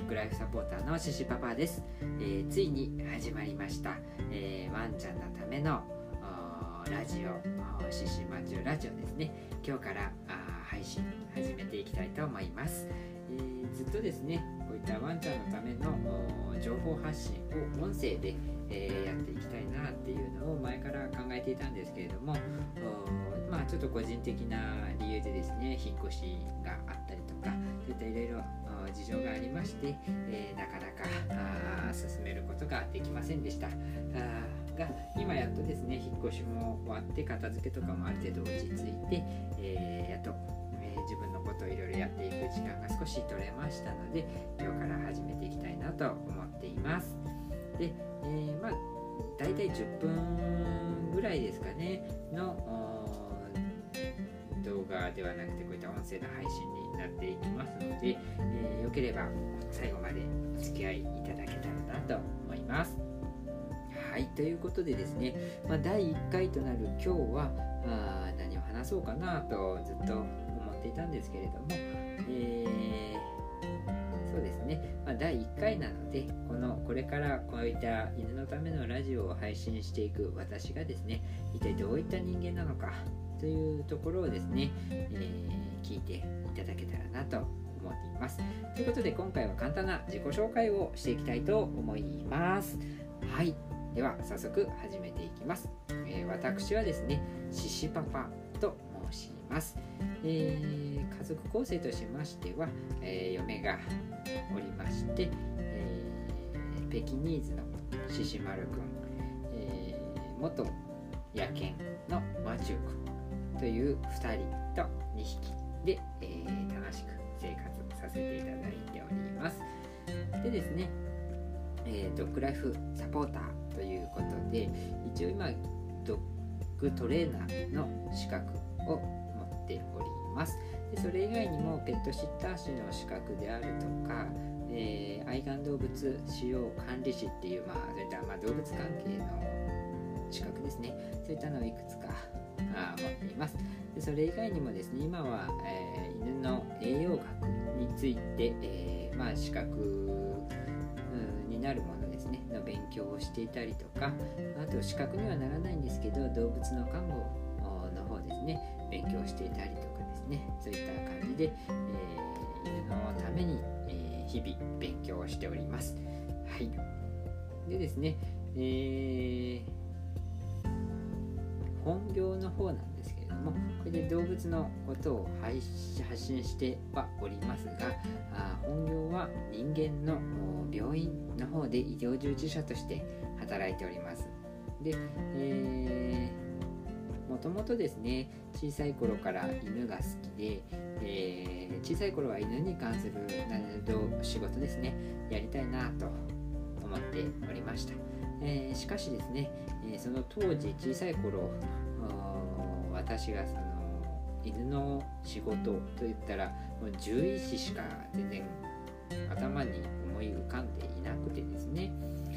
ッグライフサポーターのシシパパです。ついに始まりました、ワンちゃんのためのラジオ、シシマチュラジオですね。今日から配信始めていきたいと思います。ずっとですね、こういったワンちゃんのための情報発信を音声で、やっていきたいなっていうのを前から考えていたんですけれども、ちょっと個人的な理由でですね、引っ越しがあったりとか、そういったいろいろ事情がありまして、なかなか進めることができませんでした。が今やっとですね、引っ越しも終わって片付けとかもある程度落ち着いて、やっと、自分のことをいろいろやっていく時間が少し取れましたので、今日から始めていきたいなと思っています。で、だいたい10分ぐらいですかねの動画ではなくて、こういった音声の配信になっていきますので、よければ最後までお付き合いいただけたらなと思います。はい、ということでですね、第1回となる今日は何を話そうかなとずっと思っていたんですけれども、そうですね、第1回なので、これからこういった犬のためのラジオを配信していく私がですね、一体どういった人間なのかというところをですね、聞いていただけたらなと思っています。ということで、今回は簡単な自己紹介をしていきたいと思います。はい、では早速始めていきます。私はですね、シシパパと申します。家族構成としましては、嫁がおりまして、ペキニーズのシシマルくん、元野犬のマチューくんという2人と2匹で、楽しく生活させていただいております。でですね、ドッグライフサポーターということで、一応今ドッグトレーナーの資格を持っております。でそれ以外にもペットシッター士の資格であるとか、愛玩動物使用管理士っていう、そういった動物関係の資格ですね、そういったのをいくつか持っています。でそれ以外にもですね、今は、犬の栄養学について、資格になるものですねの勉強をしていたりとか、あと資格にはならないんですけど、動物の看護の方ですね、勉強していたりとかですね、そういった感じで、犬のために、日々勉強をしております。はい。でですね、本業の方なんですけれども、これで動物のことを発信してはおりますが、本業は人間の病院の方で医療従事者として働いております。で、もともとですね、小さい頃から犬が好きで、小さい頃は犬に関する仕事ですね、やりたいなと思っておりました。しかしですね、その当時小さい頃、私が犬の仕事といったらもう獣医師しか全然頭に思い浮かんでいなくてですね、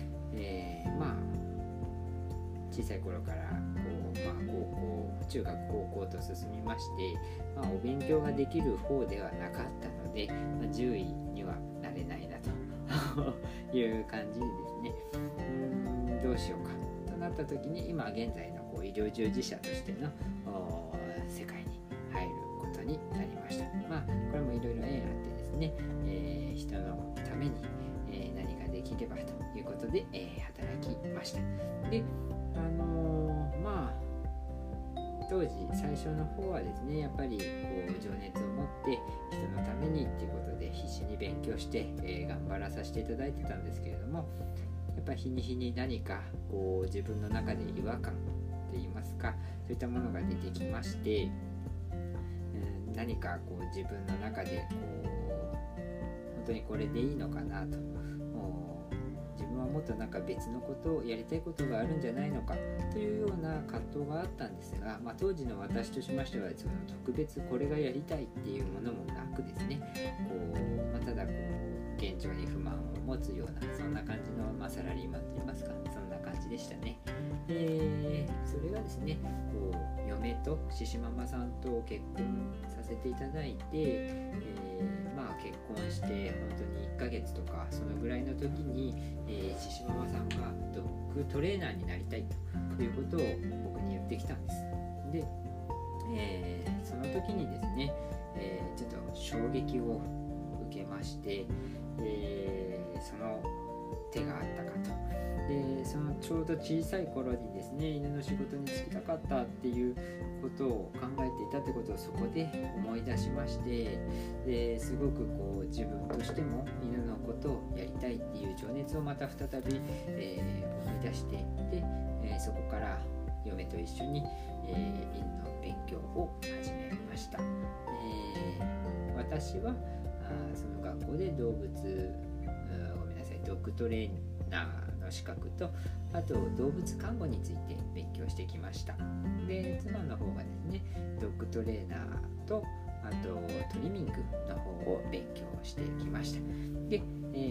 小さい頃から中学高校と進みまして、お勉強ができる方ではなかったので、獣医にはなれないなという感じでですね、どうしようかとなった時に、今現在の医療従事者としての世界に入ることになりました。これもいろいろ縁あってですね、人のために、何ができればということで、働きました。で、当時最初の方はですね、やっぱり情熱を持って人のためにっていうことで必死に勉強して、頑張らさせていただいてたんですけれども、やっぱり日に日に何か自分の中で違和感といいますか、そういったものが出てきまして、何か自分の中で本当にこれでいいのかなと、自分はもっと別のことをやりたいことがあるんじゃないのかというような葛藤があったんですが、当時の私としましてはその特別これがやりたいっていうものもなくですね、ただ現状に不満を持つような、そんな感じの、サラリーマンといいますか、そんな感じでしたね。それがですね、嫁と獅子ママさんと結婚させていただいて、結婚して本当に1ヶ月とかそのぐらいの時に獅子ママさんがドッグトレーナーになりたいということを僕に言ってきたんです。で、その時にですね、ちょっと衝撃を受けまして、その手があったかと。でそのちょうど小さい頃にですね、犬の仕事に就きたかったっていうことを考えていたってことをそこで思い出しまして、ですごくこう自分としても犬のことをやりたいっていう情熱をまた再び、思い出して、で、そこから嫁と一緒に、犬の勉強を始めました。私はその学校でドッグトレーナーの資格と、あと動物看護について勉強してきました。で、妻の方がですね、ドッグトレーナーとあとトリミングの方を勉強してきました。で、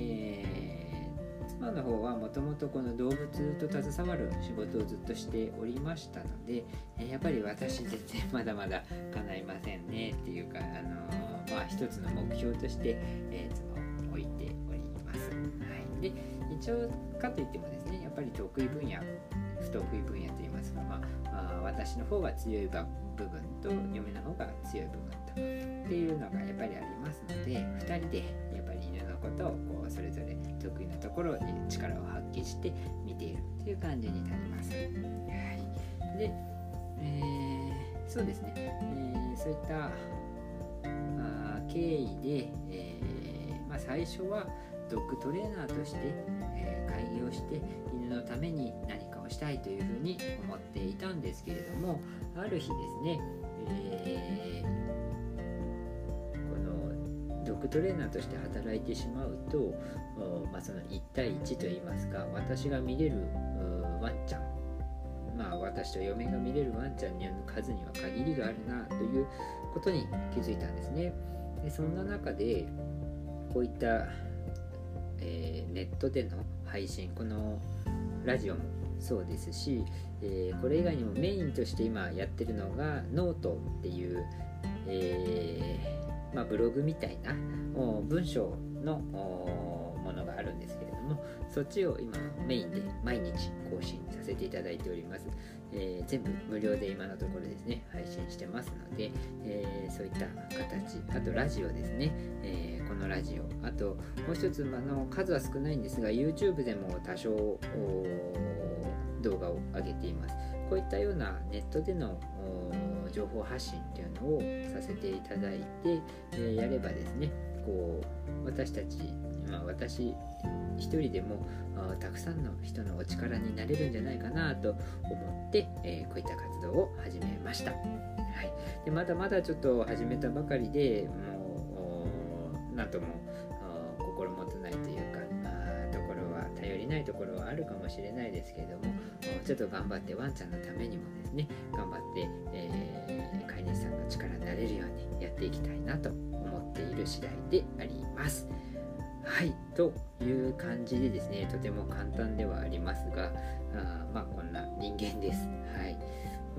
妻の方はもともとこの動物と携わる仕事をずっとしておりましたので、やっぱり私全然まだまだ叶いませんねっていうか、一つの目標として、妻を置いております。はい、で一応かといってもですね、やっぱり得意分野不得意分野といいますか、私の方が強い部分と嫁の方が強い部分とっていうのがやっぱりありますので、2人でやっぱり犬のことをこうそれぞれ得意なところに力を発揮して見ているという感じになります。はい、で、そうですね、そういった経緯で、最初はドッグトレーナーとして、開業して犬のために何かをしたいというふうに思っていたんですけれども、ある日ですね、このドッグトレーナーとして働いてしまうと、その1対1といいますか、私が見れるワンちゃん、私と嫁が見れるワンちゃんの数には限りがあるなということに気づいたんですね。でそんな中でこういった、ネットでの配信、このラジオもそうですし、これ以外にもメインとして今やってるのがノートっていう、ブログみたいな文章のものがあるんですけれども、そっちを今メインで毎日更新させていただいております。全部無料で今のところですね配信してますので、そういった形、あとラジオですね、このラジオ、あともう一つ、数は少ないんですが YouTube でも多少動画を上げています。こういったようなネットでの情報発信っていうのをさせていただいて、やればですね、こう私たち、私一人でもたくさんの人のお力になれるんじゃないかなと思って、こういった活動を始めました。はい、でまだまだちょっと始めたばかりで、もうなんとも心もとないというかところは頼りないところはあるかもしれないですけれども、ちょっと頑張ってワンちゃんのためにもですね、頑張って、飼い主さんの力になれるようにやっていきたいなと思っている次第であります。はい、という感じでですね、とても簡単ではありますが、こんな人間です。はい、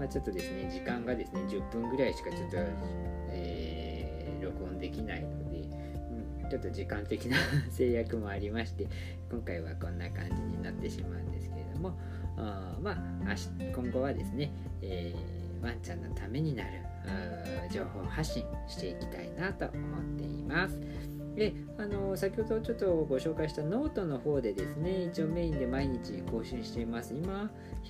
ちょっとですね、時間がですね、10分ぐらいしかちょっと、録音できないので、ちょっと時間的な制約もありまして、今回はこんな感じになってしまうんですけれども、今後はですね、ワンちゃんのためになる情報発信していきたいなと思っています。で、先ほどちょっとご紹介したノートの方でですね、一応メインで毎日更新しています。今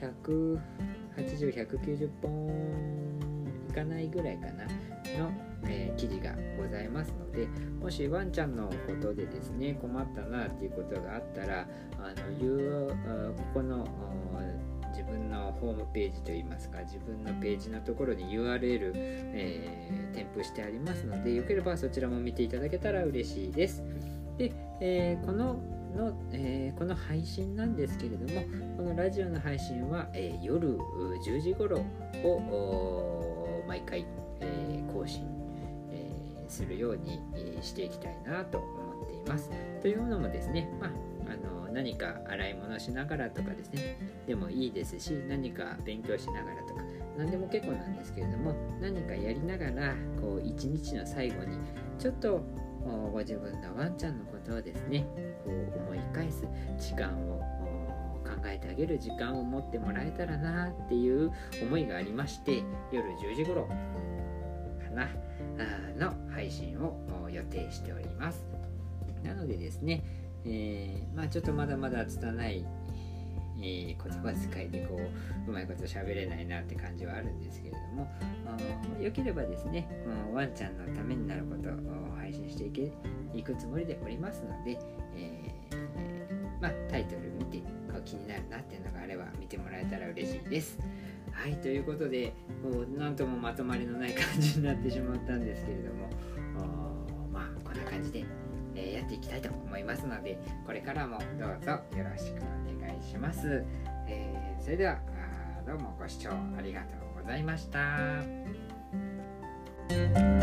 180、190本いかないぐらいかなの、記事がございますので、もしワンちゃんのことでですね困ったなっていうことがあったら、ここの自分のホームページといいますか、自分のページのところに URL、添付してありますので、よければそちらも見ていただけたら嬉しいです。で、この配信なんですけれども、このラジオの配信は、夜10時頃を毎回、更新、するようにしていきたいなと思っています。というのもですね、何か洗い物しながらとかですねでもいいですし、何か勉強しながらとか何でも結構なんですけれども、何かやりながらこう一日の最後にちょっとご自分のワンちゃんのことをですねこう思い返す時間を考えてあげる時間を持ってもらえたらなっていう思いがありまして、夜10時頃かなの配信を予定しております。なのでですね、ちょっとまだまだ拙い、言葉遣いでこううまいこと喋れないなって感じはあるんですけれども、よければですねワンちゃんのためになることを配信していくつもりでおりますので、タイトル見てこう気になるなっていうのがあれば見てもらえたら嬉しいです。はい、ということでなんともまとまりのない感じになってしまったんですけれども、こんな感じでやっていきたいと思いますので、これからもどうぞよろしくお願いします。それではどうもご視聴ありがとうございました。